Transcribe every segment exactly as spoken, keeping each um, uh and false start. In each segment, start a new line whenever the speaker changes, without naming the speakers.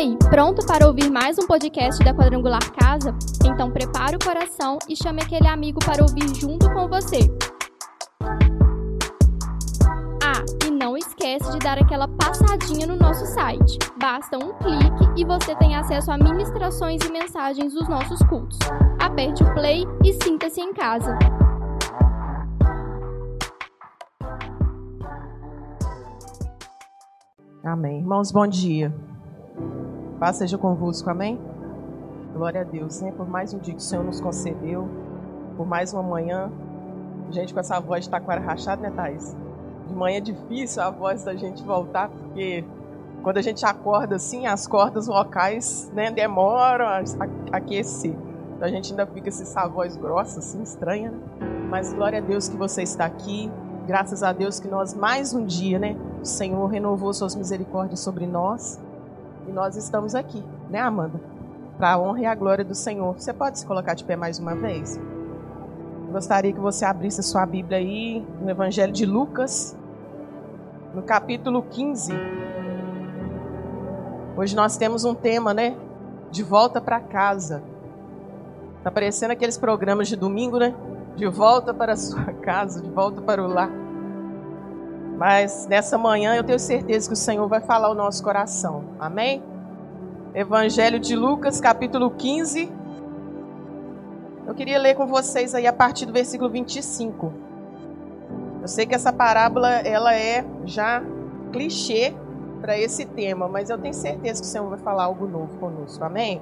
aí, pronto para ouvir mais um podcast da Quadrangular Casa? Então prepare o coração e chame aquele amigo para ouvir junto com você. Ah, e não esquece de dar aquela passadinha no nosso site. Basta um clique e você tem acesso a ministrações e mensagens dos nossos cultos. Aperte o play e sinta-se em casa.
Amém. Irmãos, bom dia. Paz seja convosco, amém? Glória a Deus, né? Por mais um dia que o Senhor nos concedeu, por mais uma manhã. Gente, com essa voz de taquara rachada, né, Thaís? De manhã é difícil a voz da gente voltar, porque quando a gente acorda assim, as cordas vocais, né, demoram a aquecer. Então a gente ainda fica assim, essa voz grossa, assim, estranha, né? Mas glória a Deus que você está aqui. Graças a Deus que nós, mais um dia, né? O Senhor renovou suas misericórdias sobre nós. E nós estamos aqui, né, Amanda? Para a honra e a glória do Senhor. Você pode se colocar de pé mais uma vez? Eu gostaria que você abrisse a sua Bíblia aí, no Evangelho de Lucas, no capítulo quinze. Hoje nós temos um tema, né? De volta para casa. Tá parecendo aqueles programas de domingo, né? De volta para a sua casa, de volta para o lar. Mas nessa manhã eu tenho certeza que o Senhor vai falar o nosso coração. Amém? Evangelho de Lucas, capítulo quinze. Eu queria ler com vocês aí a partir do versículo vinte e cinco. Eu sei que essa parábola ela é já clichê para esse tema, mas eu tenho certeza que o Senhor vai falar algo novo conosco. Amém?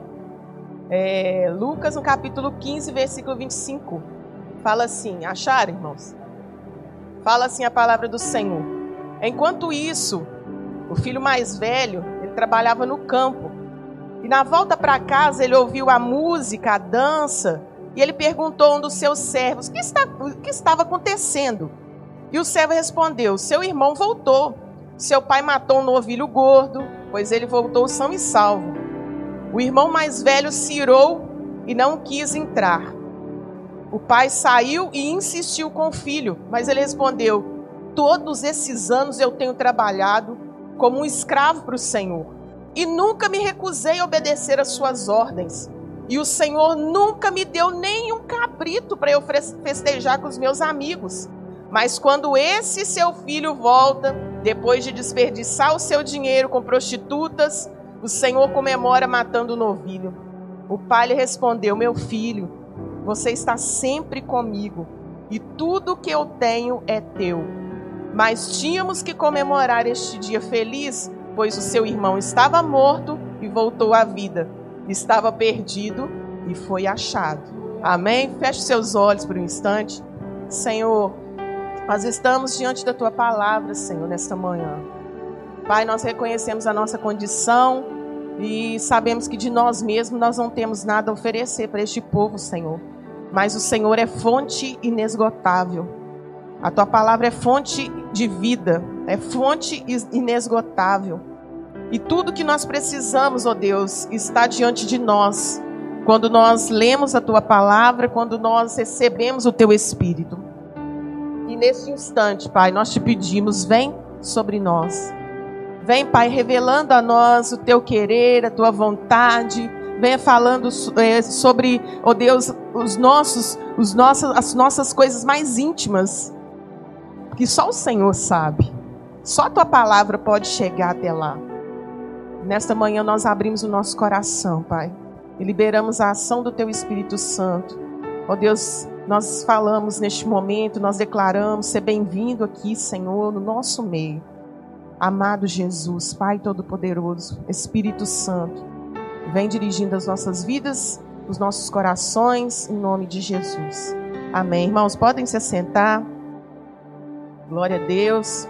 É, Lucas, no capítulo quinze, versículo vinte e cinco. Fala assim, acharam, irmãos? Fala assim a palavra do Senhor. Enquanto isso, o filho mais velho, ele trabalhava no campo. E na volta para casa, ele ouviu a música, a dança. E ele perguntou a um dos seus servos, o que, está, o que estava acontecendo? E o servo respondeu, seu irmão voltou. Seu pai matou um novilho gordo, pois ele voltou são e salvo. O irmão mais velho se irou e não quis entrar. O pai saiu e insistiu com o filho, mas ele respondeu, todos esses anos eu tenho trabalhado como um escravo para o Senhor e nunca me recusei a obedecer às suas ordens. E o Senhor nunca me deu nenhum cabrito para eu festejar com os meus amigos. Mas quando esse seu filho volta, depois de desperdiçar o seu dinheiro com prostitutas, o Senhor comemora matando o novilho. O pai lhe respondeu, meu filho, você está sempre comigo e tudo que eu tenho é teu. Mas tínhamos que comemorar este dia feliz, pois o seu irmão estava morto e voltou à vida. Estava perdido e foi achado. Amém? Feche seus olhos por um instante. Senhor, nós estamos diante da tua palavra, Senhor, nesta manhã. Pai, nós reconhecemos a nossa condição e sabemos que de nós mesmos nós não temos nada a oferecer para este povo, Senhor. Mas o Senhor é fonte inesgotável. A tua palavra é fonte de vida, é fonte inesgotável. E tudo que nós precisamos, ó Deus, está diante de nós. Quando nós lemos a tua palavra, quando nós recebemos o teu Espírito. E nesse instante, Pai, nós te pedimos, vem sobre nós. Vem, Pai, revelando a nós o teu querer, a tua vontade. Venha falando é, sobre, ó Deus, os nossos, os nossos, as nossas coisas mais íntimas. Que só o Senhor sabe. Só a tua palavra pode chegar até lá. Nesta manhã nós abrimos o nosso coração, Pai. E liberamos a ação do teu Espírito Santo. Ó Deus, nós falamos neste momento, nós declaramos, ser bem-vindo aqui, Senhor, no nosso meio. Amado Jesus, Pai Todo-Poderoso, Espírito Santo, vem dirigindo as nossas vidas, os nossos corações, em nome de Jesus. Amém. Irmãos, podem se assentar. Glória a Deus.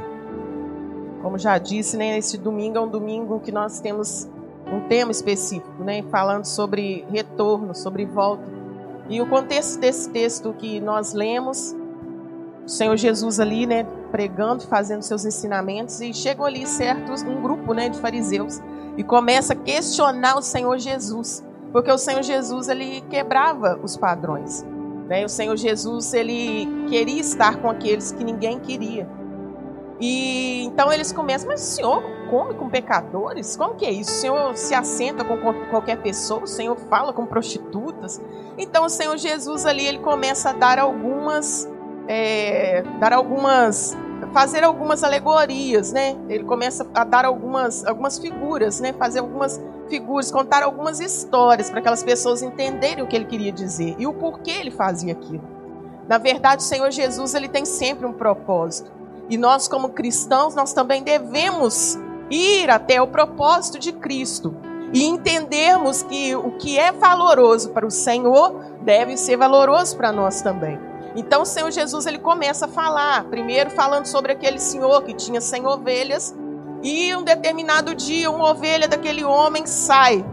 Como já disse, né, esse domingo é um domingo que nós temos um tema específico, né, falando sobre retorno, sobre volta. E o contexto desse texto que nós lemos, o Senhor Jesus ali, né, pregando, fazendo seus ensinamentos, e chegam ali certos, um grupo, né, de fariseus, e começa a questionar o Senhor Jesus, porque o Senhor Jesus, ele quebrava os padrões, né? O Senhor Jesus, ele queria estar com aqueles que ninguém queria. E então eles começam, mas Senhor, come com pecadores? Como que é isso? O Senhor se assenta com qualquer pessoa? O Senhor fala com prostitutas? Então o Senhor Jesus ali, ele começa a dar algumas, é, dar algumas, fazer algumas alegorias, né? Ele começa a dar algumas, algumas figuras, né? Fazer algumas figuras, contar algumas histórias para aquelas pessoas entenderem o que ele queria dizer e o porquê ele fazia aquilo. Na verdade, o Senhor Jesus, ele tem sempre um propósito. E nós, como cristãos, nós também devemos ir até o propósito de Cristo e entendermos que o que é valoroso para o Senhor deve ser valoroso para nós também. Então, o Senhor Jesus, ele começa a falar, primeiro falando sobre aquele senhor que tinha cem ovelhas, e um determinado dia, uma ovelha daquele homem sai.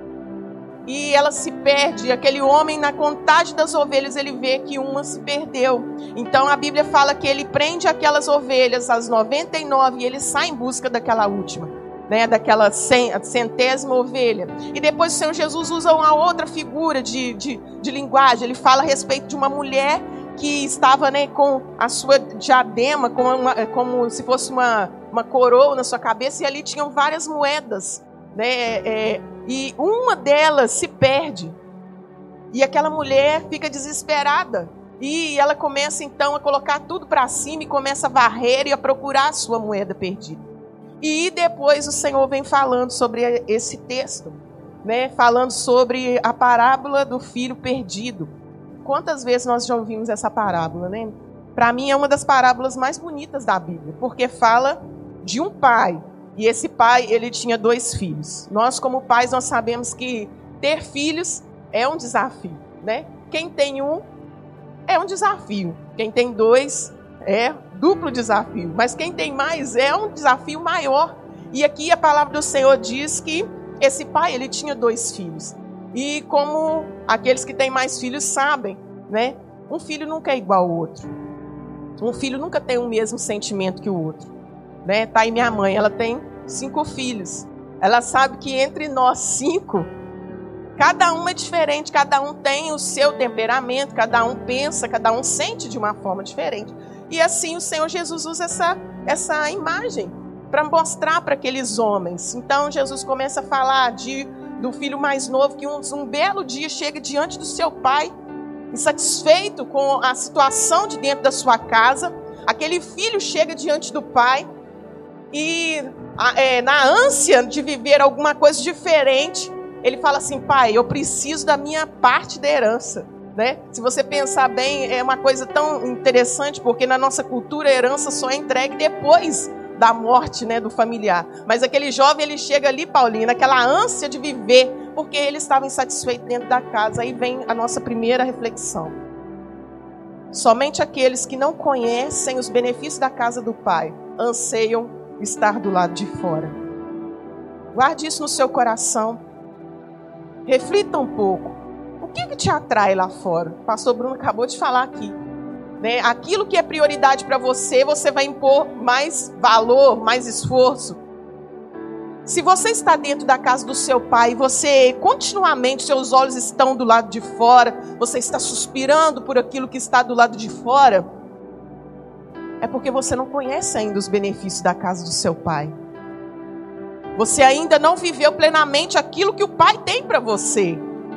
E ela se perde. E aquele homem, na contagem das ovelhas, ele vê que uma se perdeu. Então a Bíblia fala que ele prende aquelas ovelhas, as noventa e nove, e ele sai em busca daquela última, né? Daquela centésima ovelha. E depois o Senhor Jesus usa uma outra figura de, de, de linguagem. Ele fala a respeito de uma mulher que estava, né, com a sua diadema, com uma, como se fosse uma, uma coroa na sua cabeça, e ali tinham várias moedas, né? É, e uma delas se perde. E aquela mulher fica desesperada. E ela começa então a colocar tudo para cima e começa a varrer e a procurar a sua moeda perdida. E depois o Senhor vem falando sobre esse texto, né? Falando sobre a parábola do filho perdido. Quantas vezes nós já ouvimos essa parábola, né? Para mim é uma das parábolas mais bonitas da Bíblia, porque fala de um pai. E esse pai, ele tinha dois filhos. Nós, como pais, nós sabemos que ter filhos é um desafio, né? Quem tem um é um desafio. Quem tem dois é duplo desafio. Mas quem tem mais é um desafio maior. E aqui a palavra do Senhor diz que esse pai, ele tinha dois filhos. E como aqueles que têm mais filhos sabem, né? Um filho nunca é igual ao outro. Um filho nunca tem o mesmo sentimento que o outro. Né? Tá aí minha mãe, ela tem cinco filhos. Ela sabe que entre nós cinco, cada um é diferente, cada um tem o seu temperamento, cada um pensa, cada um sente de uma forma diferente. E assim o Senhor Jesus usa essa, essa imagem para mostrar para aqueles homens. Então Jesus começa a falar de, do filho mais novo, que um, um belo dia chega diante do seu pai, insatisfeito com a situação de dentro da sua casa. Aquele filho chega diante do pai e é, na ânsia de viver alguma coisa diferente, ele fala assim: pai, eu preciso da minha parte da herança, né? Se você pensar bem, é uma coisa tão interessante, porque na nossa cultura a herança só é entregue depois da morte, né, do familiar. Mas aquele jovem, ele chega ali, Paulinho, naquela ânsia de viver, porque ele estava insatisfeito dentro da casa. Aí vem a nossa primeira reflexão. Somente aqueles que não conhecem os benefícios da casa do pai anseiam estar do lado de fora. Guarde isso no seu coração. Reflita um pouco. O que, que te atrai lá fora? O pastor Bruno acabou de falar aqui, né? Aquilo que é prioridade para você, você vai impor mais valor, mais esforço. Se você está dentro da casa do seu pai, você continuamente, seus olhos estão do lado de fora, você está suspirando por aquilo que está do lado de fora, é porque você não conhece ainda os benefícios da casa do seu pai. Você ainda não viveu plenamente aquilo que o pai tem para você.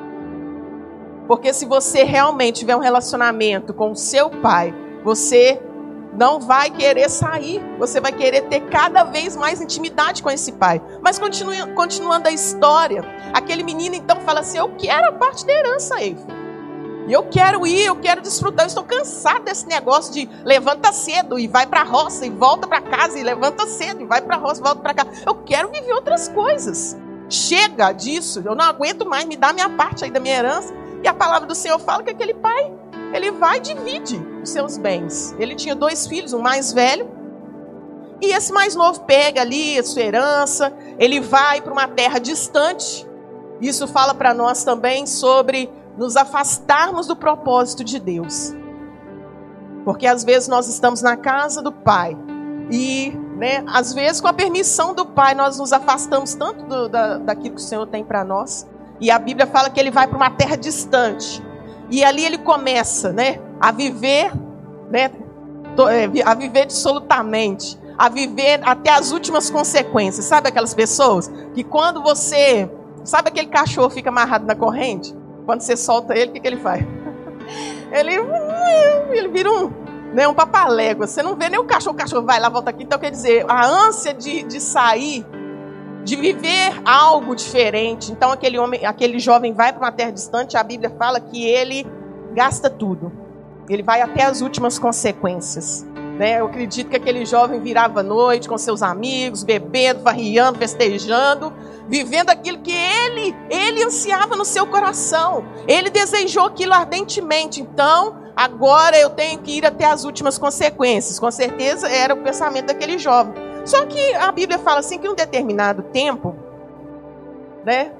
Porque se você realmente tiver um relacionamento com o seu pai, você não vai querer sair. Você vai querer ter cada vez mais intimidade com esse pai. Mas continue, continuando a história, aquele menino então fala assim: eu quero a parte da herança aí, filho. Eu quero ir, eu quero desfrutar. Eu estou cansado desse negócio de levanta cedo e vai para a roça e volta para casa, e levanta cedo e vai para a roça e volta para casa. Eu quero viver outras coisas. Chega disso, eu não aguento mais, me dá minha parte aí da minha herança. E a palavra do Senhor fala que aquele pai, ele vai e divide os seus bens. Ele tinha dois filhos, um mais velho, e esse mais novo pega ali a sua herança, ele vai para uma terra distante. Isso fala para nós também sobre nos afastarmos do propósito de Deus. Porque às vezes nós estamos na casa do pai e, né, às vezes com a permissão do pai nós nos afastamos tanto do, da, daquilo que o Senhor tem para nós. E a Bíblia fala que ele vai para uma terra distante. E ali ele começa, né, a viver, né, a viver dissolutamente, a viver até as últimas consequências. Sabe aquelas pessoas que quando você... Sabe aquele cachorro que fica amarrado na corrente? Quando você solta ele, o que, que ele faz? Ele, ele vira um, né, um papalégua. Você não vê nem o cachorro, o cachorro vai lá, volta aqui. Então, quer dizer, a ânsia de, de sair, de viver algo diferente. Então, aquele, homem, aquele jovem vai para uma terra distante. A Bíblia fala que ele gasta tudo. Ele vai até as últimas consequências. Né? Eu acredito que aquele jovem virava à noite com seus amigos, bebendo, farriando, festejando, vivendo aquilo que ele, ele ansiava no seu coração. Ele desejou aquilo ardentemente. Então, agora eu tenho que ir até as últimas consequências. Com certeza era o pensamento daquele jovem. Só que a Bíblia fala assim que em um determinado tempo, né,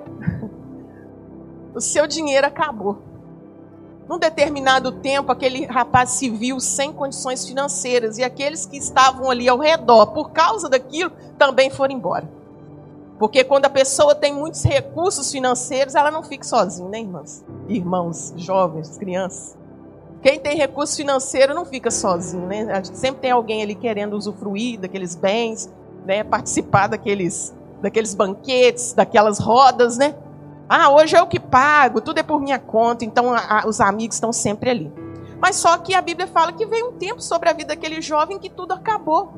o seu dinheiro acabou. Num determinado tempo, aquele rapaz se viu sem condições financeiras. E aqueles que estavam ali ao redor, por causa daquilo, também foram embora. Porque quando a pessoa tem muitos recursos financeiros, ela não fica sozinha, né, irmãs? Irmãos, jovens, crianças. Quem tem recurso financeiro não fica sozinho, né? A gente sempre tem alguém ali querendo usufruir daqueles bens, né? Participar daqueles, daqueles banquetes, daquelas rodas, né? Ah, hoje eu que pago, tudo é por minha conta. Então a, a, os amigos estão sempre ali. Mas só que a Bíblia fala que veio um tempo sobre a vida daquele jovem que tudo acabou.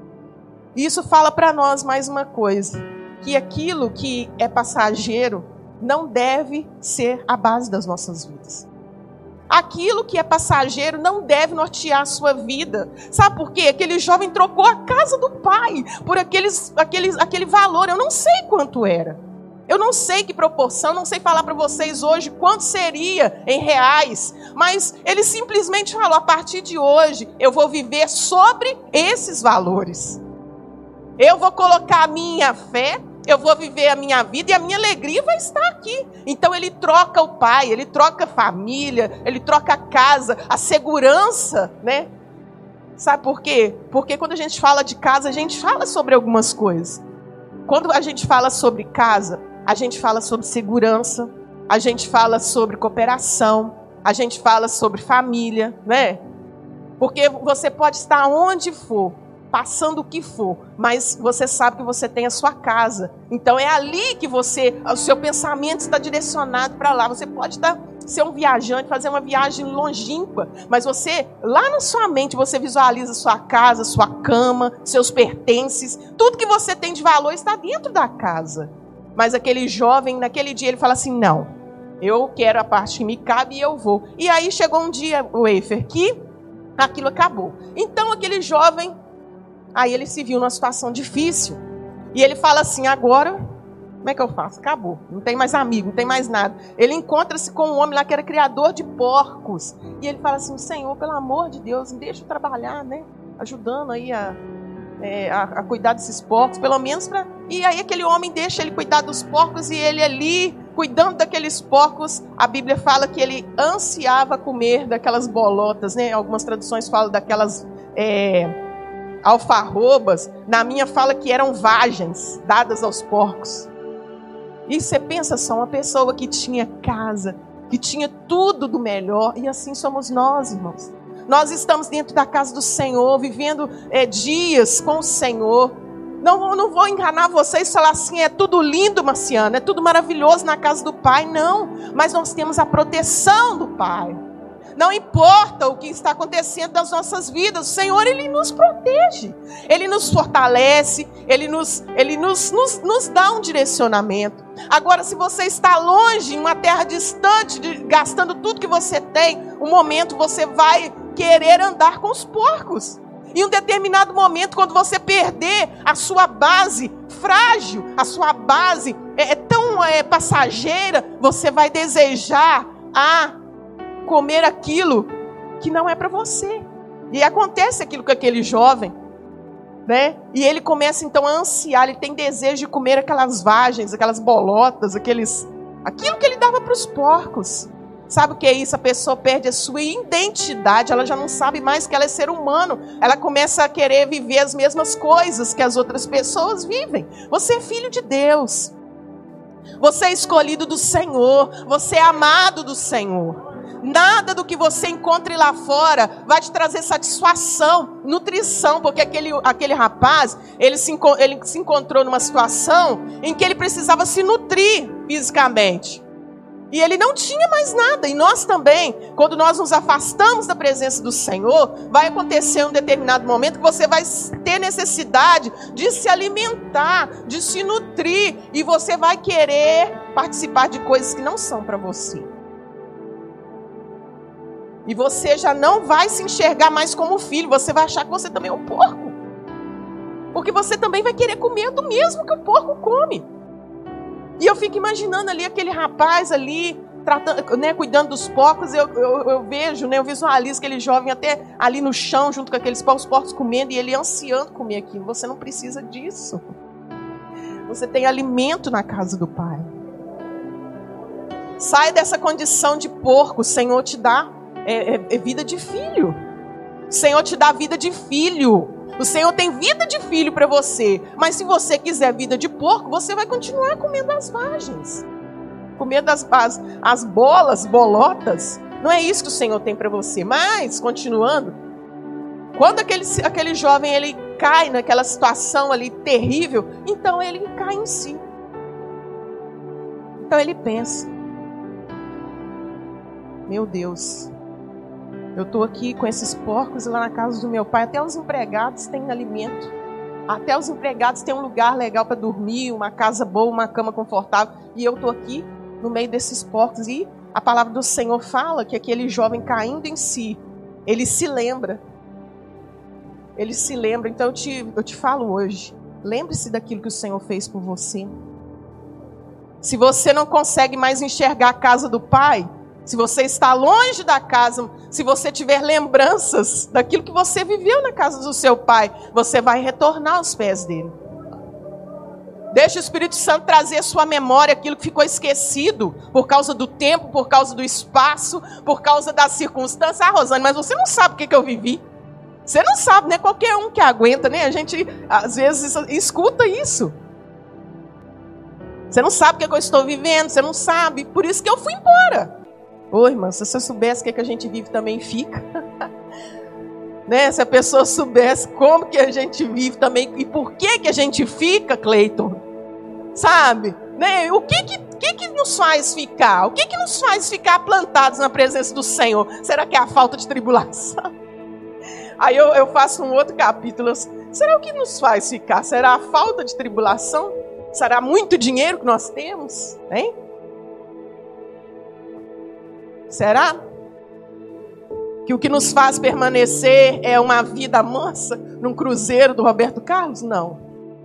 E isso fala para nós mais uma coisa. Que aquilo que é passageiro não deve ser a base das nossas vidas. Aquilo que é passageiro não deve nortear a sua vida. Sabe por quê? Aquele jovem trocou a casa do pai por aqueles, aqueles, aquele valor. Eu não sei quanto era. Eu não sei que proporção, não sei falar para vocês hoje quanto seria em reais, mas ele simplesmente falou, a partir de hoje eu vou viver sobre esses valores. Eu vou colocar a minha fé, eu vou viver a minha vida e a minha alegria vai estar aqui. Então ele troca o pai, ele troca a família, ele troca a casa, a segurança, né? Sabe por quê? Porque quando a gente fala de casa, a gente fala sobre algumas coisas. Quando a gente fala sobre casa, a gente fala sobre segurança, a gente fala sobre cooperação, a gente fala sobre família, né? Porque você pode estar onde for, passando o que for, mas você sabe que você tem a sua casa. Então é ali que você, o seu pensamento está direcionado para lá. Você pode estar, ser um viajante, fazer uma viagem longínqua, mas você, lá na sua mente, você visualiza sua casa, sua cama, seus pertences, tudo que você tem de valor está dentro da casa. Mas aquele jovem, naquele dia, ele fala assim, não, eu quero a parte que me cabe e eu vou. E aí chegou um dia, o Eifer, que aquilo acabou. Então aquele jovem, aí ele se viu numa situação difícil. E ele fala assim, agora, como é que eu faço? Acabou, não tem mais amigo, não tem mais nada. Ele encontra-se com um homem lá que era criador de porcos. E ele fala assim, Senhor, pelo amor de Deus, me deixa eu trabalhar, né? Ajudando aí a... É, a, a cuidar desses porcos, pelo menos para... E aí aquele homem deixa ele cuidar dos porcos e ele ali, cuidando daqueles porcos, a Bíblia fala que ele ansiava comer daquelas bolotas, né? Algumas traduções falam daquelas é, alfarrobas, na minha fala que eram vagens dadas aos porcos. E você pensa só, uma pessoa que tinha casa, que tinha tudo do melhor, e assim somos nós, irmãos. Nós estamos dentro da casa do Senhor, vivendo é, dias com o Senhor. Não, não vou enganar vocês e falar assim, é tudo lindo, Marciano, é tudo maravilhoso na casa do Pai. Não, mas nós temos a proteção do Pai. Não importa o que está acontecendo nas nossas vidas, o Senhor, Ele nos protege. Ele nos fortalece, Ele nos, ele nos, nos, nos dá um direcionamento. Agora, se você está longe, em uma terra distante, de, gastando tudo que você tem, um momento você vai querer andar com os porcos. Em um determinado momento, quando você perder a sua base frágil, a sua base é, é tão é, passageira, você vai desejar a comer aquilo que não é para você. E acontece aquilo com aquele jovem, né? E ele começa então a ansiar, ele tem desejo de comer aquelas vagens, aquelas bolotas, aqueles, aquilo que ele dava para os porcos. Sabe o que é isso? A pessoa perde a sua identidade, ela já não sabe mais que ela é ser humano. Ela começa a querer viver as mesmas coisas que as outras pessoas vivem. Você é filho de Deus. Você é escolhido do Senhor. Você é amado do Senhor. Nada do que você encontre lá fora vai te trazer satisfação, nutrição, porque aquele, aquele rapaz, ele se, ele se encontrou numa situação em que ele precisava se nutrir fisicamente. E ele não tinha mais nada. E nós também, quando nós nos afastamos da presença do Senhor, vai acontecer um determinado momento que você vai ter necessidade de se alimentar, de se nutrir. E você vai querer participar de coisas que não são para você. E você já não vai se enxergar mais como filho. Você vai achar que você também é um porco. Porque você também vai querer comer do mesmo que o porco come. E eu fico imaginando ali aquele rapaz ali, tratando, né, cuidando dos porcos. Eu, eu, eu vejo, né, eu visualizo aquele jovem até ali no chão, junto com aqueles porcos, os porcos comendo, e ele ansiando comer aquilo. Você não precisa disso. Você tem alimento na casa do Pai. Sai dessa condição de porco. O Senhor te dá é, é, é vida de filho. O Senhor te dá vida de filho. O Senhor tem vida de filho para você. Mas se você quiser vida de porco, você vai continuar comendo as vagens. Comendo as, as, as bolas, bolotas. Não é isso que o Senhor tem para você. Mas, continuando, quando aquele, aquele jovem ele cai naquela situação ali terrível, então ele cai em si. Então ele pensa: meu Deus, eu estou aqui com esses porcos lá na casa do meu pai. Até os empregados têm alimento. Até os empregados têm um lugar legal para dormir, uma casa boa, uma cama confortável. E eu estou aqui no meio desses porcos. E a palavra do Senhor fala que aquele jovem caindo em si, ele se lembra. Ele se lembra. Então eu te, eu te falo hoje, lembre-se daquilo que o Senhor fez por você. Se você não consegue mais enxergar a casa do Pai, se você está longe da casa, se você tiver lembranças daquilo que você viveu na casa do seu pai, você vai retornar aos pés dele. Deixa o Espírito Santo trazer à sua memória aquilo que ficou esquecido por causa do tempo, por causa do espaço, por causa das circunstâncias. Ah, Rosane, mas você não sabe o que, que eu vivi. Você não sabe, né? Qualquer um que aguenta, né? A gente, às vezes, escuta isso. Você não sabe o que, que eu estou vivendo, você não sabe. Por isso que eu fui embora. Ô, irmã, se você soubesse o que, que a gente vive, também fica. Né? Se a pessoa soubesse como que a gente vive também e por que, que a gente fica, Cleiton. Sabe? Né? O que que, que que nos faz ficar? O que que nos faz ficar plantados na presença do Senhor? Será que é a falta de tribulação? Aí eu, eu faço um outro capítulo. Será o que nos faz ficar? Será a falta de tribulação? Será muito dinheiro que nós temos? Hein? Será? Que o que nos faz permanecer é uma vida mansa num cruzeiro do Roberto Carlos? Não.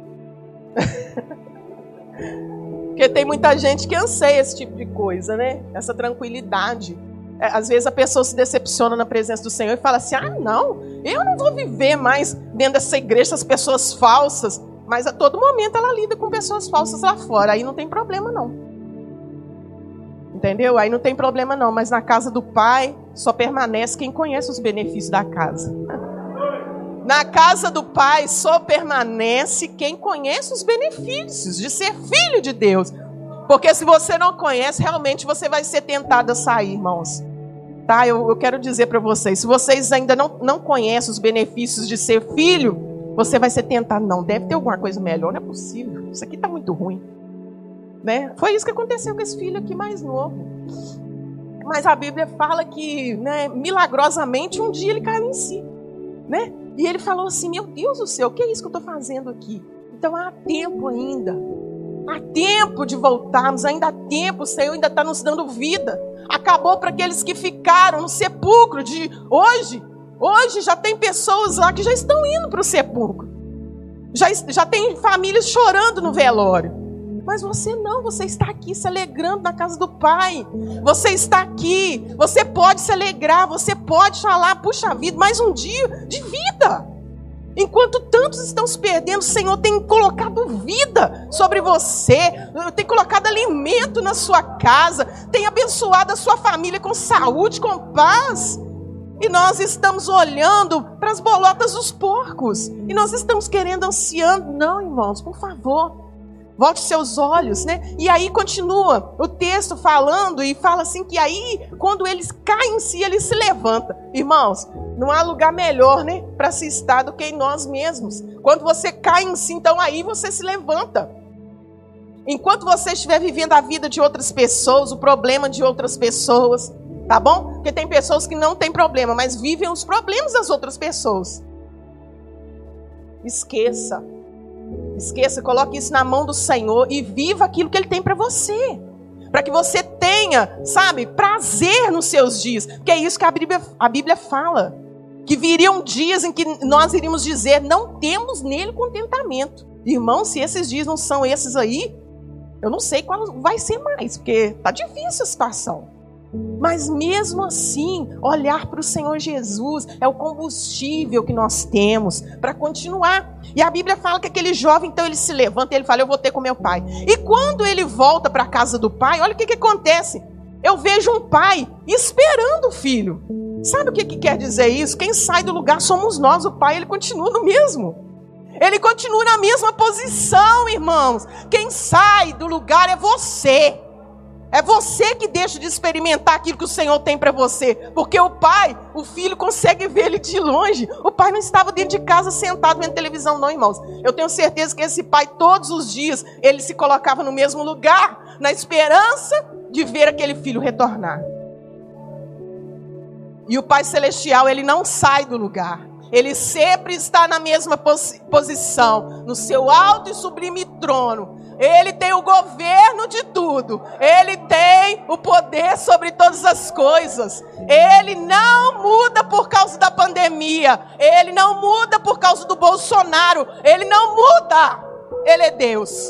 Porque tem muita gente que anseia esse tipo de coisa, né? Essa tranquilidade. É, às vezes a pessoa se decepciona na presença do Senhor e fala assim: ah, não, eu não vou viver mais dentro dessa igreja, essas pessoas falsas. Mas a todo momento ela lida com pessoas falsas lá fora. Aí não tem problema não. Entendeu? Aí não tem problema não, mas na casa do Pai só permanece quem conhece os benefícios da casa. Na casa do Pai só permanece quem conhece os benefícios de ser filho de Deus. Porque se você não conhece, realmente você vai ser tentado a sair, irmãos. Tá? Eu, eu quero dizer para vocês, se vocês ainda não, não conhecem os benefícios de ser filho, você vai ser tentado. Não, deve ter alguma coisa melhor, não é possível. Isso aqui está muito ruim. Né? Foi isso que aconteceu com esse filho aqui mais novo. Mas a Bíblia fala que, né, milagrosamente um dia ele caiu em si, né? E ele falou assim: meu Deus do céu, o que é isso que eu estou fazendo aqui? Então há tempo ainda. Há tempo de voltarmos, ainda há tempo. O Senhor ainda está nos dando vida. Acabou para aqueles que ficaram no sepulcro de hoje. Hoje já tem pessoas lá que já estão indo para o sepulcro. Já, já tem famílias chorando no velório. Mas você não, você está aqui se alegrando na casa do Pai. Você está aqui, você pode se alegrar, você pode falar: puxa vida, mais um dia de vida. Enquanto tantos estão se perdendo, o Senhor tem colocado vida sobre você, tem colocado alimento na sua casa, tem abençoado a sua família com saúde, com paz. E nós estamos olhando para as bolotas dos porcos. E nós estamos querendo, ansiando. Não, irmãos, por favor. Volte seus olhos, né? E aí continua o texto falando e fala assim que aí, quando eles caem em si, ele se levanta. Irmãos, não há lugar melhor, né, para se estar do que em nós mesmos. Quando você cai em si, então aí você se levanta. Enquanto você estiver vivendo a vida de outras pessoas, o problema de outras pessoas, tá bom? Porque tem pessoas que não têm problema, mas vivem os problemas das outras pessoas. Esqueça. Esqueça, coloque isso na mão do Senhor e viva aquilo que Ele tem para você. Para que você tenha, sabe, prazer nos seus dias. Porque é isso que a Bíblia, a Bíblia fala. Que viriam dias em que nós iríamos dizer, não temos nele contentamento. Irmão, se esses dias não são esses aí, eu não sei qual vai ser mais, porque tá difícil a situação. Mas mesmo assim, olhar para o Senhor Jesus é o combustível que nós temos para continuar. E a Bíblia fala que aquele jovem, então ele se levanta e ele fala, eu vou ter com meu pai. E quando ele volta para a casa do pai, olha o que, que acontece. Eu vejo um pai esperando o filho. Sabe o que, que quer dizer isso? Quem sai do lugar somos nós, o pai ele continua no mesmo. Ele continua na mesma posição, irmãos. Quem sai do lugar é você. É você que deixa de experimentar aquilo que o Senhor tem para você. Porque o pai, o filho consegue ver ele de longe. O pai não estava dentro de casa sentado vendo televisão não, irmãos. Eu tenho certeza que esse pai, todos os dias, ele se colocava no mesmo lugar, na esperança de ver aquele filho retornar. E o Pai Celestial, ele não sai do lugar. Ele sempre está na mesma pos- posição, no seu alto e sublime trono. Ele tem o governo de tudo. Ele tem o poder sobre todas as coisas. Ele não muda por causa da pandemia. Ele não muda por causa do Bolsonaro. Ele não muda. Ele é Deus.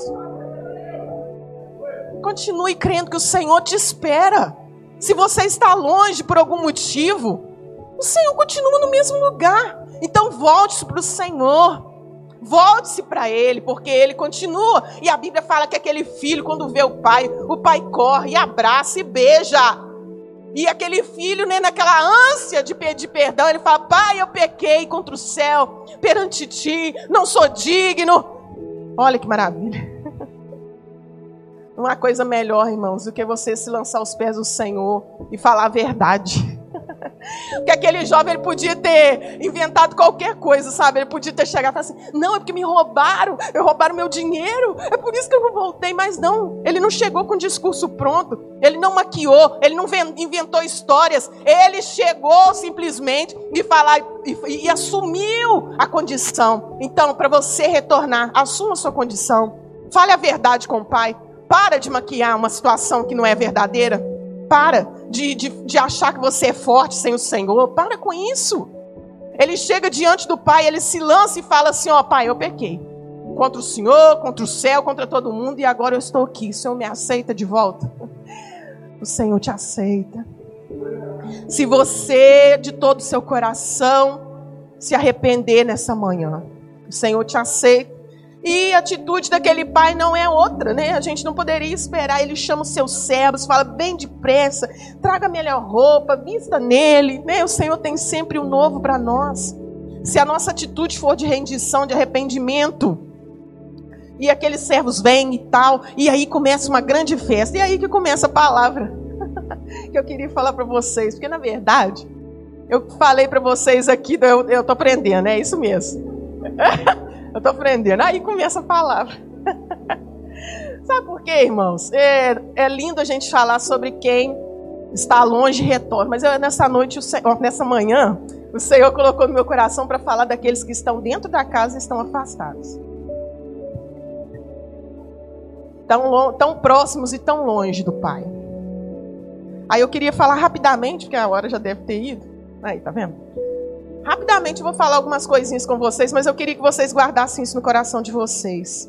Continue crendo que o Senhor te espera. Se você está longe por algum motivo, o Senhor continua no mesmo lugar. Então volte-se para o Senhor. Volte-se para Ele, porque Ele continua. E a Bíblia fala que aquele filho, quando vê o pai, o pai corre e abraça e beija. E aquele filho, né, naquela ânsia de pedir perdão, ele fala, pai, eu pequei contra o céu, perante ti, não sou digno. Olha que maravilha. Não há coisa melhor, irmãos, do que você se lançar aos pés do Senhor e falar a verdade. Porque aquele jovem, ele podia ter inventado qualquer coisa, sabe? Ele podia ter chegado e falado assim, não, é porque me roubaram, eu roubaram meu dinheiro, é por isso que eu não voltei. Mas não, ele não chegou com o discurso pronto, ele não maquiou, ele não inventou histórias, ele chegou simplesmente e, falar, e, e, e assumiu a condição. Então, para você retornar, assuma a sua condição, fale a verdade com o Pai. Para de maquiar uma situação que não é verdadeira. Para de, de, de achar que você é forte sem o Senhor. Para com isso. Ele chega diante do Pai, ele se lança e fala assim, ó, Pai, eu pequei. Contra o Senhor, contra o céu, contra todo mundo, e agora eu estou aqui. O Senhor me aceita de volta? O Senhor te aceita. Se você, de todo o seu coração, se arrepender nessa manhã, o Senhor te aceita. E a atitude daquele pai não é outra, né? A gente não poderia esperar. Ele chama os seus servos, fala bem depressa, traga a melhor roupa, vista nele, né? O Senhor tem sempre o novo para nós. Se a nossa atitude for de rendição, de arrependimento, e aqueles servos vêm e tal, e aí começa uma grande festa. E aí que começa a palavra que eu queria falar para vocês, porque na verdade, eu falei para vocês aqui, eu, eu tô aprendendo, é isso mesmo. Eu estou aprendendo. Aí começa a palavra. Sabe por quê, irmãos? É, é lindo a gente falar sobre quem está longe e retorna. Mas eu, nessa noite, o Senhor, nessa manhã, o Senhor colocou no meu coração para falar daqueles que estão dentro da casa e estão afastados. Tão, tão próximos e tão longe do Pai. Aí eu queria falar rapidamente, porque a hora já deve ter ido. Aí, tá vendo? Rapidamente eu vou falar algumas coisinhas com vocês, mas eu queria que vocês guardassem isso no coração de vocês.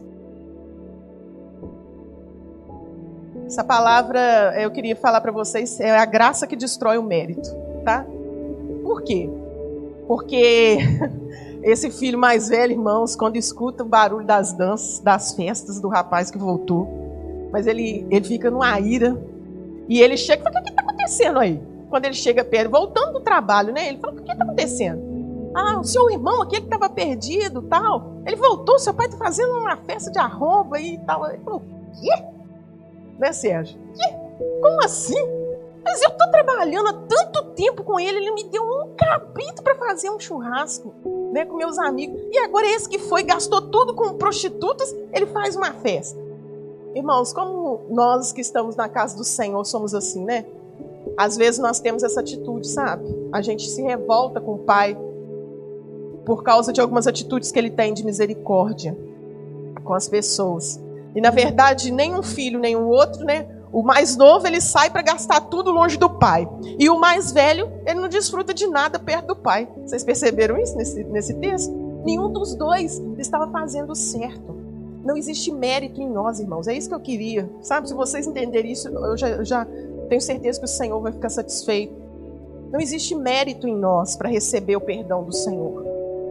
Essa palavra, eu queria falar para vocês, é a graça que destrói o mérito, tá? Por quê? Porque esse filho mais velho, irmãos, quando escuta o barulho das danças, das festas do rapaz que voltou, mas ele, ele fica numa ira, e ele chega e fala, o que está acontecendo aí? Quando ele chega perto, voltando do trabalho, né? Ele fala, o que está acontecendo? Ah, o seu irmão, aquele que estava perdido, tal, ele voltou, seu pai está fazendo uma festa de arromba e tal. Ele falou, quê? Né, Sérgio? Quê? Como assim? Mas eu estou trabalhando há tanto tempo com ele, ele me deu um cabrito para fazer um churrasco, né, com meus amigos. E agora esse que foi, gastou tudo com prostitutas, ele faz uma festa. Irmãos, como nós que estamos na casa do Senhor somos assim, né? Às vezes nós temos essa atitude, sabe? A gente se revolta com o Pai por causa de algumas atitudes que ele tem de misericórdia com as pessoas. E na verdade, nem um filho, nem o outro, né? O mais novo, ele sai para gastar tudo longe do pai. E o mais velho, ele não desfruta de nada perto do pai. Vocês perceberam isso nesse, nesse texto? Nenhum dos dois estava fazendo certo. Não existe mérito em nós, irmãos. É isso que eu queria. Sabe, se vocês entenderem isso, eu já, eu já tenho certeza que o Senhor vai ficar satisfeito. Não existe mérito em nós para receber o perdão do Senhor.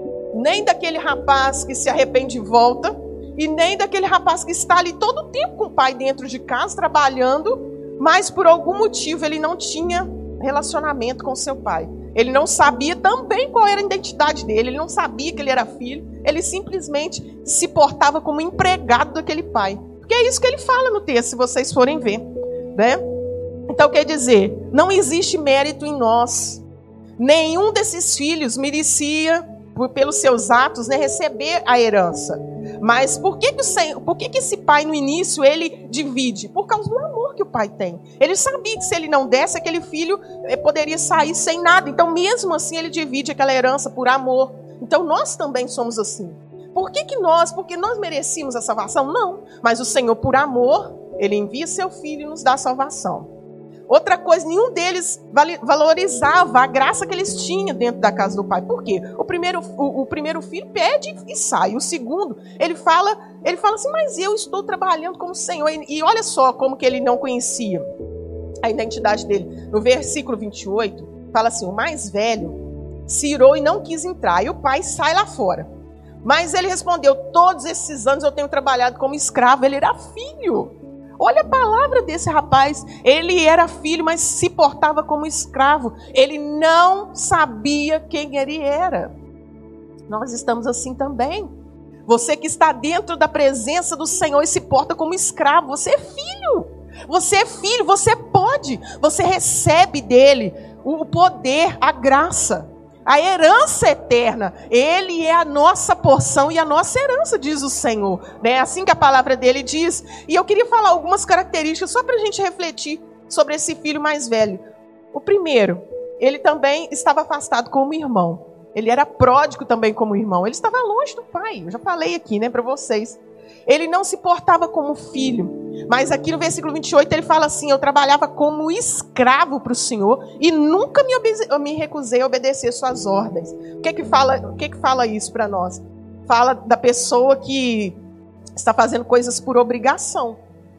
Nem daquele rapaz que se arrepende e volta, e nem daquele rapaz que está ali todo o tempo com o pai dentro de casa, trabalhando, mas por algum motivo ele não tinha relacionamento com seu pai. Ele não sabia também qual era a identidade dele, ele não sabia que ele era filho, ele simplesmente se portava como empregado daquele pai. Porque é isso que ele fala no texto, se vocês forem ver, né? Então quer dizer, não existe mérito em nós. Nenhum desses filhos merecia, por, pelos seus atos, né, receber a herança. Mas por que que, o Senhor, por que que esse pai no início ele divide? Por causa do amor que o pai tem. Ele sabia que se ele não desse, aquele filho poderia sair sem nada. Então mesmo assim ele divide aquela herança por amor. Então nós também somos assim. Por que que nós? Porque nós merecíamos a salvação? Não. Mas o Senhor, por amor, ele envia seu filho e nos dá a salvação. Outra coisa, nenhum deles valorizava a graça que eles tinham dentro da casa do pai. Por quê? O primeiro, o, o primeiro filho pede e sai. O segundo, ele fala, ele fala assim, mas eu estou trabalhando como Senhor. E, e olha só como que ele não conhecia a identidade dele. No versículo vinte e oito, fala assim, o mais velho se irou e não quis entrar. E o pai sai lá fora. Mas ele respondeu, todos esses anos eu tenho trabalhado como escravo. Ele era filho. Olha a palavra desse rapaz. Ele era filho, mas se portava como escravo. Ele não sabia quem ele era. Nós estamos assim também. Você que está dentro da presença do Senhor e se porta como escravo, você é filho. Você é filho, você pode. Você recebe dele o poder, a graça. A herança eterna, ele é a nossa porção e a nossa herança, diz o Senhor. É assim que a palavra dele diz. E eu queria falar algumas características só para a gente refletir sobre esse filho mais velho. O primeiro, ele também estava afastado como irmão. Ele era pródigo também como irmão. Ele estava longe do pai. Eu já falei aqui, né, para vocês. Ele não se portava como filho. Mas aqui no versículo vinte e oito ele fala assim, eu trabalhava como escravo para o Senhor e nunca me, obede- eu me recusei a obedecer suas ordens. O que que fala, o que que fala isso para nós? Fala da pessoa que está fazendo coisas por obrigação.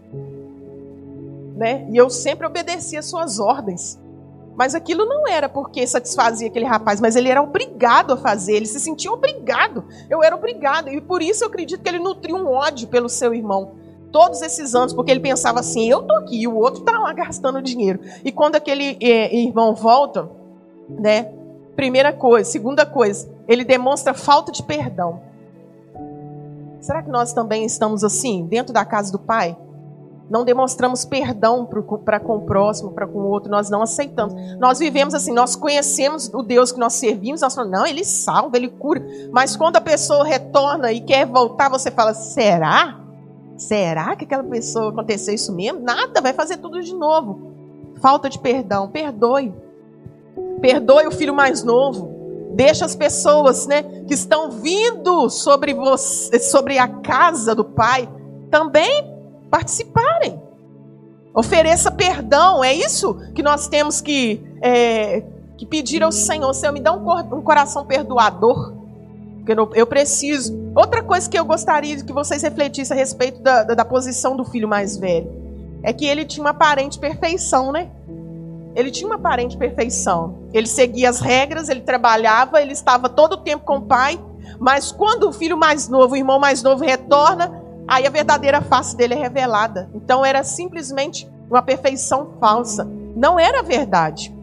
Né? E eu sempre obedeci as suas ordens. Mas aquilo não era porque satisfazia aquele rapaz, mas ele era obrigado a fazer, ele se sentia obrigado. Eu era obrigado, e por isso eu acredito que ele nutria um ódio pelo seu irmão. Todos esses anos, porque ele pensava assim, eu tô aqui, e o outro tá lá gastando dinheiro. E quando aquele é, irmão volta, né, primeira coisa, segunda coisa, ele demonstra falta de perdão. Será que nós também estamos assim, dentro da casa do Pai? Não demonstramos perdão para com o próximo, para com o outro, nós não aceitamos. Nós vivemos assim, nós conhecemos o Deus que nós servimos, nós falamos, não, Ele salva, Ele cura. Mas quando a pessoa retorna e quer voltar, você fala, será? Será que aquela pessoa aconteceu isso mesmo? Nada, vai fazer tudo de novo. Falta de perdão, perdoe. Perdoe o filho mais novo. Deixa as pessoas, né, que estão vindo sobre, você, sobre a casa do Pai também participarem. Ofereça perdão. É isso que nós temos que, é, que pedir ao Senhor. Senhor, me dá um, cor, um coração perdoador. Porque eu, eu preciso. Outra coisa que eu gostaria que vocês refletissem a respeito da, da, da posição do filho mais velho é que ele tinha uma aparente perfeição, né? Ele tinha uma aparente perfeição. Ele seguia as regras, ele trabalhava, ele estava todo o tempo com o pai. Mas quando o filho mais novo, o irmão mais novo retorna, aí a verdadeira face dele é revelada. Então era simplesmente uma perfeição falsa. Não era verdade.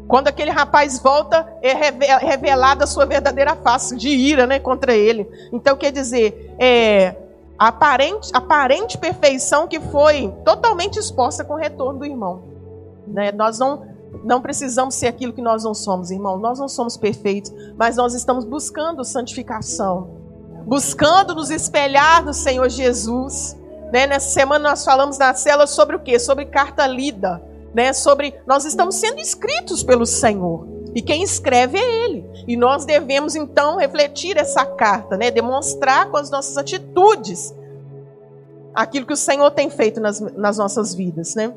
Quando aquele rapaz volta, é revelada a sua verdadeira face de ira, né, contra ele. Então, quer dizer, é, a aparente, aparente perfeição que foi totalmente exposta com o retorno do irmão. Né? Nós não, não precisamos ser aquilo que nós não somos, irmão. Nós não somos perfeitos, mas nós estamos buscando santificação. Buscando nos espelhar no Senhor Jesus. Né? Nessa semana nós falamos na célula sobre o quê? Sobre carta lida. Né, sobre nós estamos sendo escritos pelo Senhor e quem escreve é Ele, e nós devemos então refletir essa carta, né, demonstrar com as nossas atitudes aquilo que o Senhor tem feito nas, nas nossas vidas, né?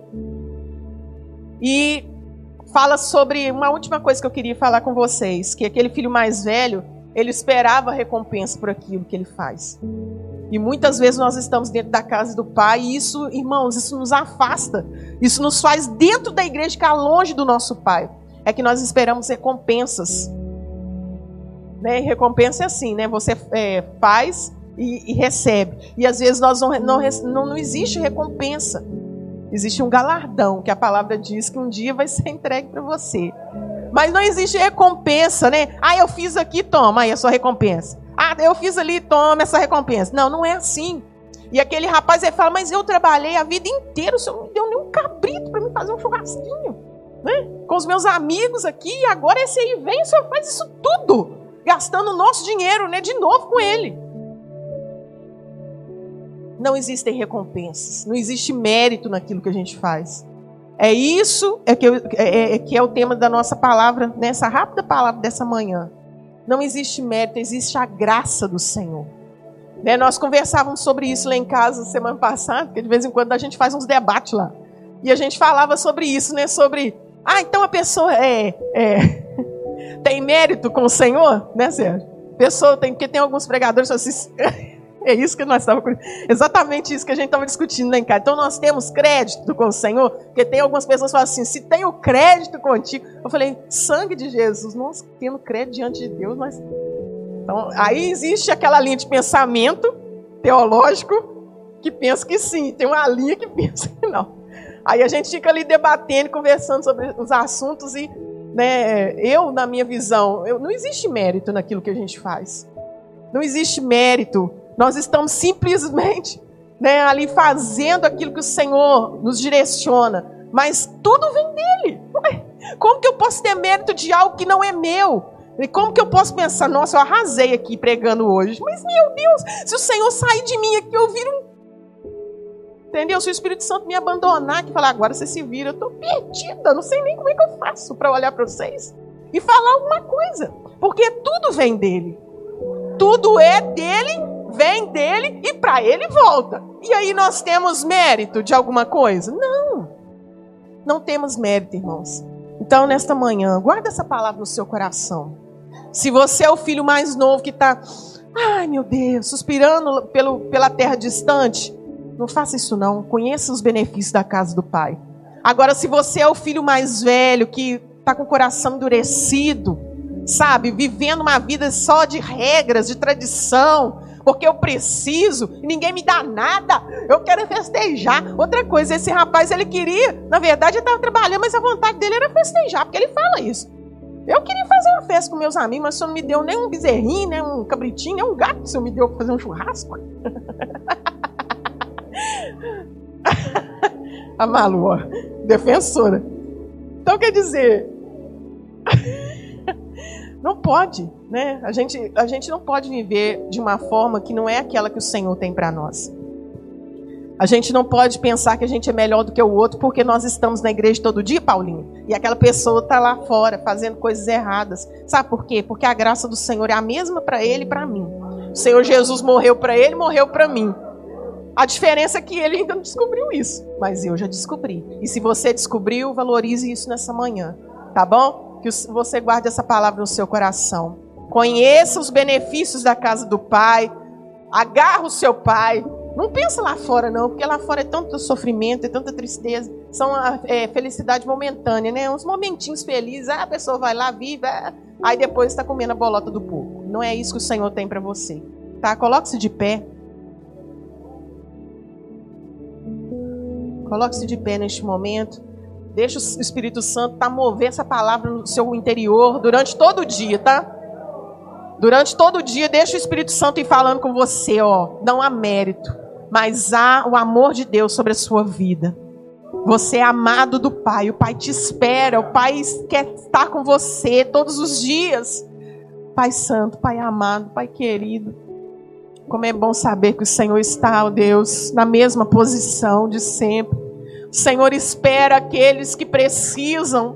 E fala sobre uma última coisa que eu queria falar com vocês, que aquele filho mais velho, ele esperava a recompensa por aquilo que ele faz. E muitas vezes nós estamos dentro da casa do Pai e isso, irmãos, isso nos afasta. Isso nos faz dentro da igreja ficar longe do nosso Pai. É que nós esperamos recompensas. Né? Recompensa é assim, né? Você é, faz e, e recebe. E às vezes nós não, não, não, não existe recompensa. Existe um galardão, que a palavra diz que um dia vai ser entregue para você. Mas não existe recompensa, né? Ah, eu fiz aqui, toma aí a sua recompensa. Ah, eu fiz ali, toma essa recompensa. Não, não é assim. E aquele rapaz, ele fala, mas eu trabalhei a vida inteira, o senhor não me deu nem um cabrito para me fazer um churrasquinho, né? Com os meus amigos aqui, e agora esse aí vem, o senhor faz isso tudo, gastando o nosso dinheiro, né, de novo com ele. Não existem recompensas, não existe mérito naquilo que a gente faz. É isso é que, eu, é, é, que é o tema da nossa palavra, nessa rápida palavra dessa manhã. Não existe mérito, existe a graça do Senhor. Né? Nós conversávamos sobre isso lá em casa semana passada, porque de vez em quando a gente faz uns debates lá. E a gente falava sobre isso, né? Sobre, ah, então a pessoa é, é, tem mérito com o Senhor, né, Sérgio? Pessoa tem, porque tem alguns pregadores que assim, é isso que nós estávamos, exatamente isso que a gente estava discutindo lá em casa. Então nós temos crédito com o Senhor, porque tem algumas pessoas que falam assim, se tem o crédito contigo. Eu falei, sangue de Jesus, nós temos crédito diante de Deus, mas... Então, aí existe aquela linha de pensamento teológico que pensa que sim, tem uma linha que pensa que não. Aí a gente fica ali debatendo, conversando sobre os assuntos e, né, eu, na minha visão, eu, não existe mérito naquilo que a gente faz. Não existe mérito. Nós estamos simplesmente, né, ali fazendo aquilo que o Senhor nos direciona. Mas tudo vem dele. Ué, como que eu posso ter mérito de algo que não é meu? E como que eu posso pensar, nossa, eu arrasei aqui pregando hoje. Mas, meu Deus, se o Senhor sair de mim aqui, eu viro um... Entendeu? Se o Espírito Santo me abandonar, que falar, agora você se vira, eu estou perdida, não sei nem como é que eu faço para olhar para vocês e falar alguma coisa. Porque tudo vem dele. Tudo é dele, vem dele e para ele volta. E aí nós temos mérito de alguma coisa? Não. Não temos mérito, irmãos. Então, nesta manhã, guarda essa palavra no seu coração. Se você é o filho mais novo que está, ai meu Deus, suspirando pelo, pela terra distante, não faça isso não. Conheça os benefícios da casa do Pai. Agora, se você é o filho mais velho que está com o coração endurecido, sabe, vivendo uma vida só de regras, de tradição, porque eu preciso e ninguém me dá nada, eu quero festejar. Outra coisa, esse rapaz, ele queria, na verdade, ele estava trabalhando, mas a vontade dele era festejar, porque ele fala isso. Eu queria fazer uma festa com meus amigos, mas o senhor não me deu nem um bezerrinho, nem um cabritinho, nem um gato, o senhor me deu para fazer um churrasco. A Malu, ó, defensora. Então, quer dizer... Não pode, né? A gente, a gente não pode viver de uma forma que não é aquela que o Senhor tem para nós. A gente não pode pensar que a gente é melhor do que o outro porque nós estamos na igreja todo dia, Paulinho, e aquela pessoa está lá fora fazendo coisas erradas. Sabe por quê? Porque a graça do Senhor é a mesma para ele e para mim. O Senhor Jesus morreu para ele, morreu para mim. A diferença é que ele ainda não descobriu isso, mas eu já descobri. E se você descobriu, valorize isso nessa manhã, tá bom? Que você guarde essa palavra no seu coração. Conheça os benefícios da casa do Pai. Agarra o seu Pai. Não pensa lá fora não, porque lá fora é tanto sofrimento, é tanta tristeza. São a é, felicidade momentânea, né? Uns momentinhos felizes. Ah, a pessoa vai lá, vive, ah, aí depois está comendo a bolota do porco. Não é isso que o Senhor tem para você. Tá? Coloque-se de pé. Coloque-se de pé neste momento. Deixa o Espírito Santo tá mover essa palavra no seu interior durante todo o dia, tá? Durante todo o dia, deixa o Espírito Santo ir falando com você, ó. Não há mérito, mas há o amor de Deus sobre a sua vida. Você é amado do Pai, o Pai te espera, o Pai quer estar com você todos os dias. Pai Santo, Pai amado, Pai querido, como é bom saber que o Senhor está, ó Deus, na mesma posição de sempre. O Senhor espera aqueles que precisam.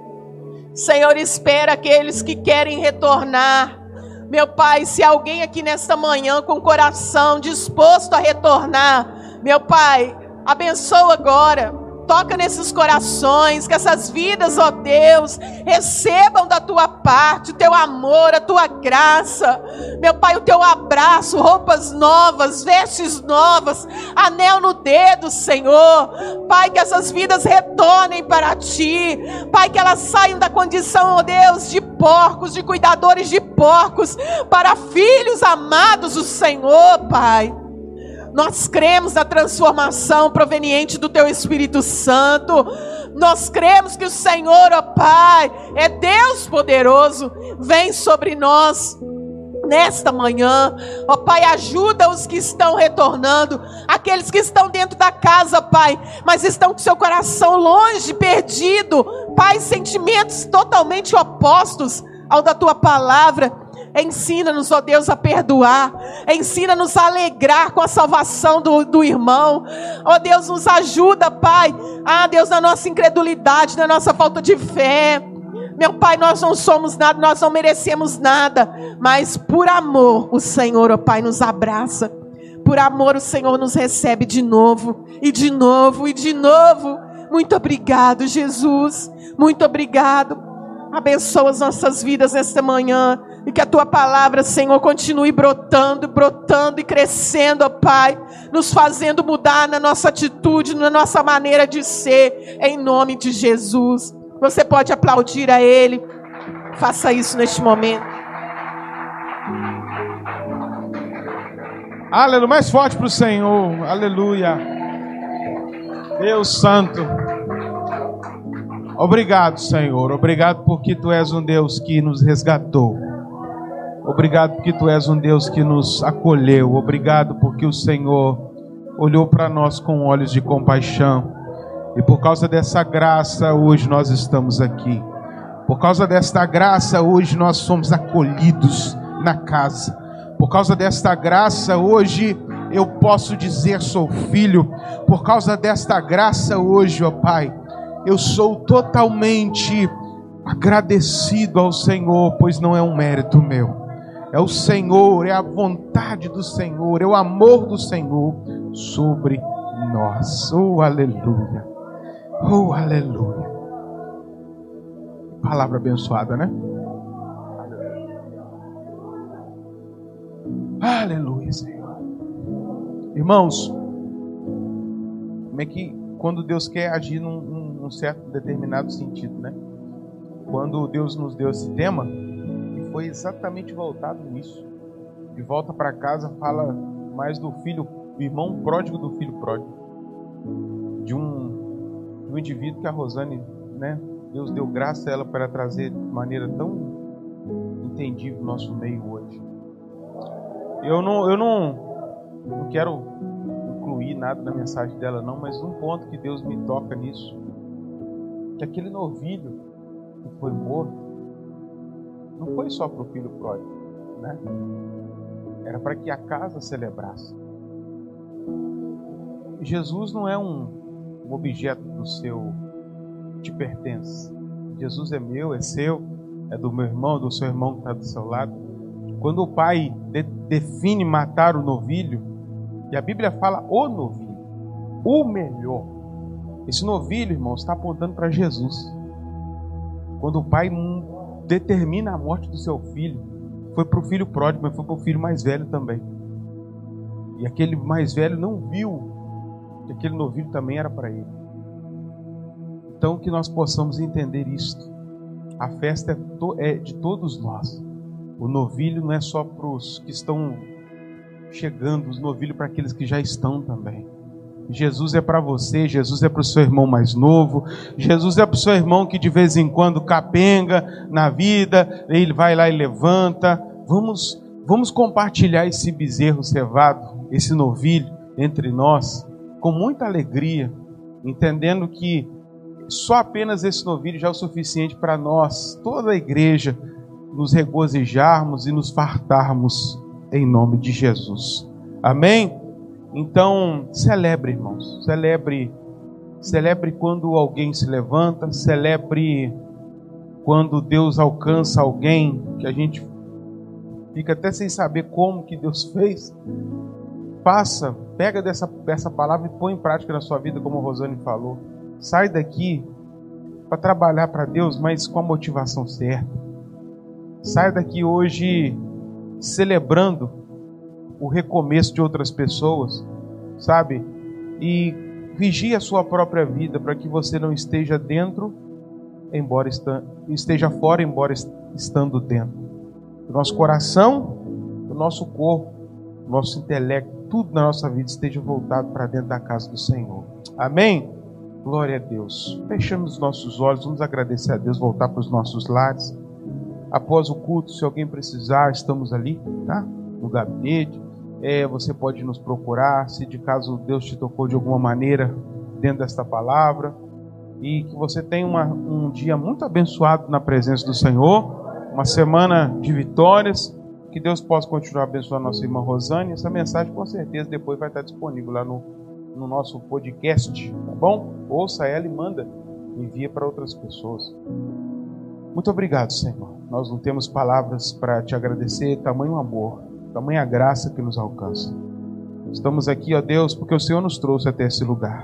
O Senhor espera aqueles que querem retornar. Meu Pai, se alguém aqui nesta manhã com o coração disposto a retornar, meu Pai, abençoa agora. Toca nesses corações, que essas vidas, ó Deus, recebam da tua parte o teu amor, a tua graça. Meu Pai, o teu abraço, roupas novas, vestes novas, anel no dedo, Senhor. Pai, que essas vidas retornem para ti. Pai, que elas saiam da condição, ó Deus, de porcos, de cuidadores de porcos, para filhos amados do Senhor, Pai. Nós cremos na transformação proveniente do Teu Espírito Santo. Nós cremos que o Senhor, ó Pai, é Deus poderoso. Vem sobre nós nesta manhã. Ó Pai, ajuda os que estão retornando. Aqueles que estão dentro da casa, Pai, mas estão com seu coração longe, perdido. Pai, sentimentos totalmente opostos ao da Tua palavra. Ensina-nos, ó Deus, a perdoar. Ensina-nos a alegrar com a salvação do, do irmão. Ó Deus, nos ajuda, Pai. Ah, Deus, na nossa incredulidade, na nossa falta de fé. Meu Pai, nós não somos nada, nós não merecemos nada. Mas por amor, o Senhor, ó Pai, nos abraça. Por amor, o Senhor nos recebe de novo, e de novo, e de novo. Muito obrigado, Jesus. Muito obrigado. Abençoa as nossas vidas nesta manhã. E que a Tua palavra, Senhor, continue brotando, brotando e crescendo, ó Pai. Nos fazendo mudar na nossa atitude, na nossa maneira de ser. Em nome de Jesus. Você pode aplaudir a Ele. Faça isso neste momento.
Aleluia. Mais forte para o Senhor. Aleluia. Deus Santo. Obrigado, Senhor. Obrigado porque Tu és um Deus que nos resgatou. Obrigado porque Tu és um Deus que nos acolheu. Obrigado porque o Senhor olhou para nós com olhos de compaixão. E por causa dessa graça, hoje nós estamos aqui. Por causa desta graça, hoje nós somos acolhidos na casa. Por causa desta graça, hoje eu posso dizer sou filho. Por causa desta graça, hoje, ó Pai, eu sou totalmente agradecido ao Senhor, pois não é um mérito meu. É o Senhor, é a vontade do Senhor, é o amor do Senhor sobre nós. Oh, aleluia. Oh, aleluia. Palavra abençoada, né? Aleluia, Senhor. Irmãos, como é que quando Deus quer agir num, num certo determinado sentido, né? Quando Deus nos deu esse tema, foi exatamente voltado nisso. De volta para casa fala mais do filho, do irmão pródigo do filho pródigo. De um, de um indivíduo que a Rosane, né, Deus deu graça a ela para trazer de maneira tão entendível no nosso meio hoje. Eu não, eu não, não quero incluir nada na mensagem dela não, mas um ponto que Deus me toca nisso, que aquele novilho que foi morto, não foi só para o filho pródigo, né? Era para que a casa celebrasse. Jesus não é um, um objeto do seu, te pertence. Jesus é meu, é seu, é do meu irmão, do seu irmão que está do seu lado. Quando o pai de, define matar o novilho, e a Bíblia fala o novilho, o melhor. Esse novilho, irmão, está apontando para Jesus. Quando o pai determina a morte do seu filho, foi para o filho pródigo, mas foi para o filho mais velho também. E aquele mais velho não viu que aquele novilho também era para ele. Então que nós possamos entender isto. A festa é, to- é de todos nós. O novilho não é só para os que estão chegando, os novilhos para aqueles que já estão também. Jesus é para você, Jesus é para o seu irmão mais novo, Jesus é para o seu irmão que de vez em quando capenga na vida, ele vai lá e levanta. Vamos, vamos compartilhar esse bezerro cevado, esse novilho entre nós, com muita alegria, entendendo que só apenas esse novilho já é o suficiente para nós, toda a igreja, nos regozijarmos e nos fartarmos em nome de Jesus. Amém? Então, celebre, irmãos, celebre, celebre quando alguém se levanta, celebre quando Deus alcança alguém, que a gente fica até sem saber como que Deus fez. Faça, pega dessa, dessa palavra e põe em prática na sua vida, como a Rosane falou. Sai daqui para trabalhar para Deus, mas com a motivação certa. Sai daqui hoje celebrando o recomeço de outras pessoas, sabe? E vigie a sua própria vida para que você não esteja dentro, embora esteja fora, embora estando dentro. O nosso coração, o nosso corpo, o nosso intelecto, tudo na nossa vida esteja voltado para dentro da casa do Senhor. Amém? Glória a Deus. Fechamos os nossos olhos, vamos agradecer a Deus, voltar para os nossos lares. Após o culto, se alguém precisar, estamos ali, tá? No gabinete. É, você pode nos procurar, se de caso Deus te tocou de alguma maneira dentro desta palavra. E que você tenha uma, um dia muito abençoado na presença do Senhor. Uma semana de vitórias. Que Deus possa continuar abençoando a nossa irmã Rosane. Essa mensagem com certeza depois vai estar disponível lá no, no nosso podcast, tá bom? Ouça ela e manda, envia para outras pessoas. Muito obrigado, Senhor. Nós não temos palavras para te agradecer, tamanho amor, tamanha graça que nos alcança. Estamos aqui, ó Deus, porque o Senhor nos trouxe até esse lugar.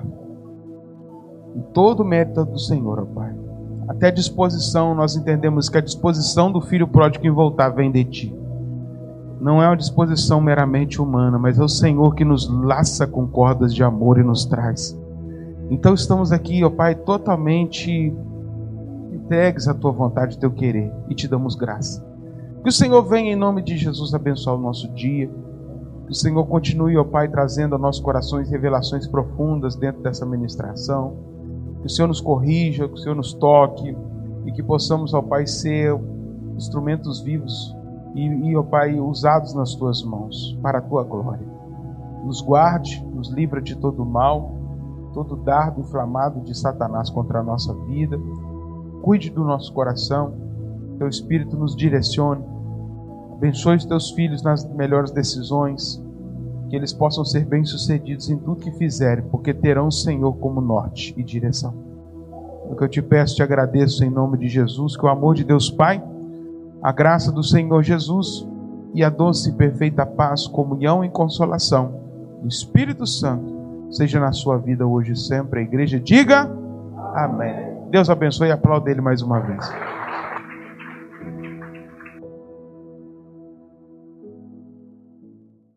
E todo o mérito do Senhor, ó Pai. Até a disposição, nós entendemos que a disposição do filho pródigo em voltar vem de Ti. Não é uma disposição meramente humana, mas é o Senhor que nos laça com cordas de amor e nos traz. Então estamos aqui, ó Pai, totalmente entregues à Tua vontade e Teu querer, e Te damos graça. Que o Senhor venha em nome de Jesus abençoar o nosso dia. Que o Senhor continue, ó Pai, trazendo a nossos corações revelações profundas dentro dessa ministração. Que o Senhor nos corrija, que o Senhor nos toque, e que possamos, ó Pai, ser instrumentos vivos E, e, ó Pai, usados nas Tuas mãos, para a Tua glória. Nos guarde, nos livra de todo mal, todo dardo inflamado de Satanás contra a nossa vida. Cuide do nosso coração, Teu Espírito nos direcione. Abençoe os Teus filhos nas melhores decisões, que eles possam ser bem-sucedidos em tudo que fizerem, porque terão o Senhor como norte e direção. O que eu te peço, te agradeço em nome de Jesus, que o amor de Deus Pai, a graça do Senhor Jesus e a doce e perfeita paz, comunhão e consolação do Espírito Santo seja na sua vida hoje e sempre. A igreja diga amém. Deus abençoe e aplauda Ele mais uma vez.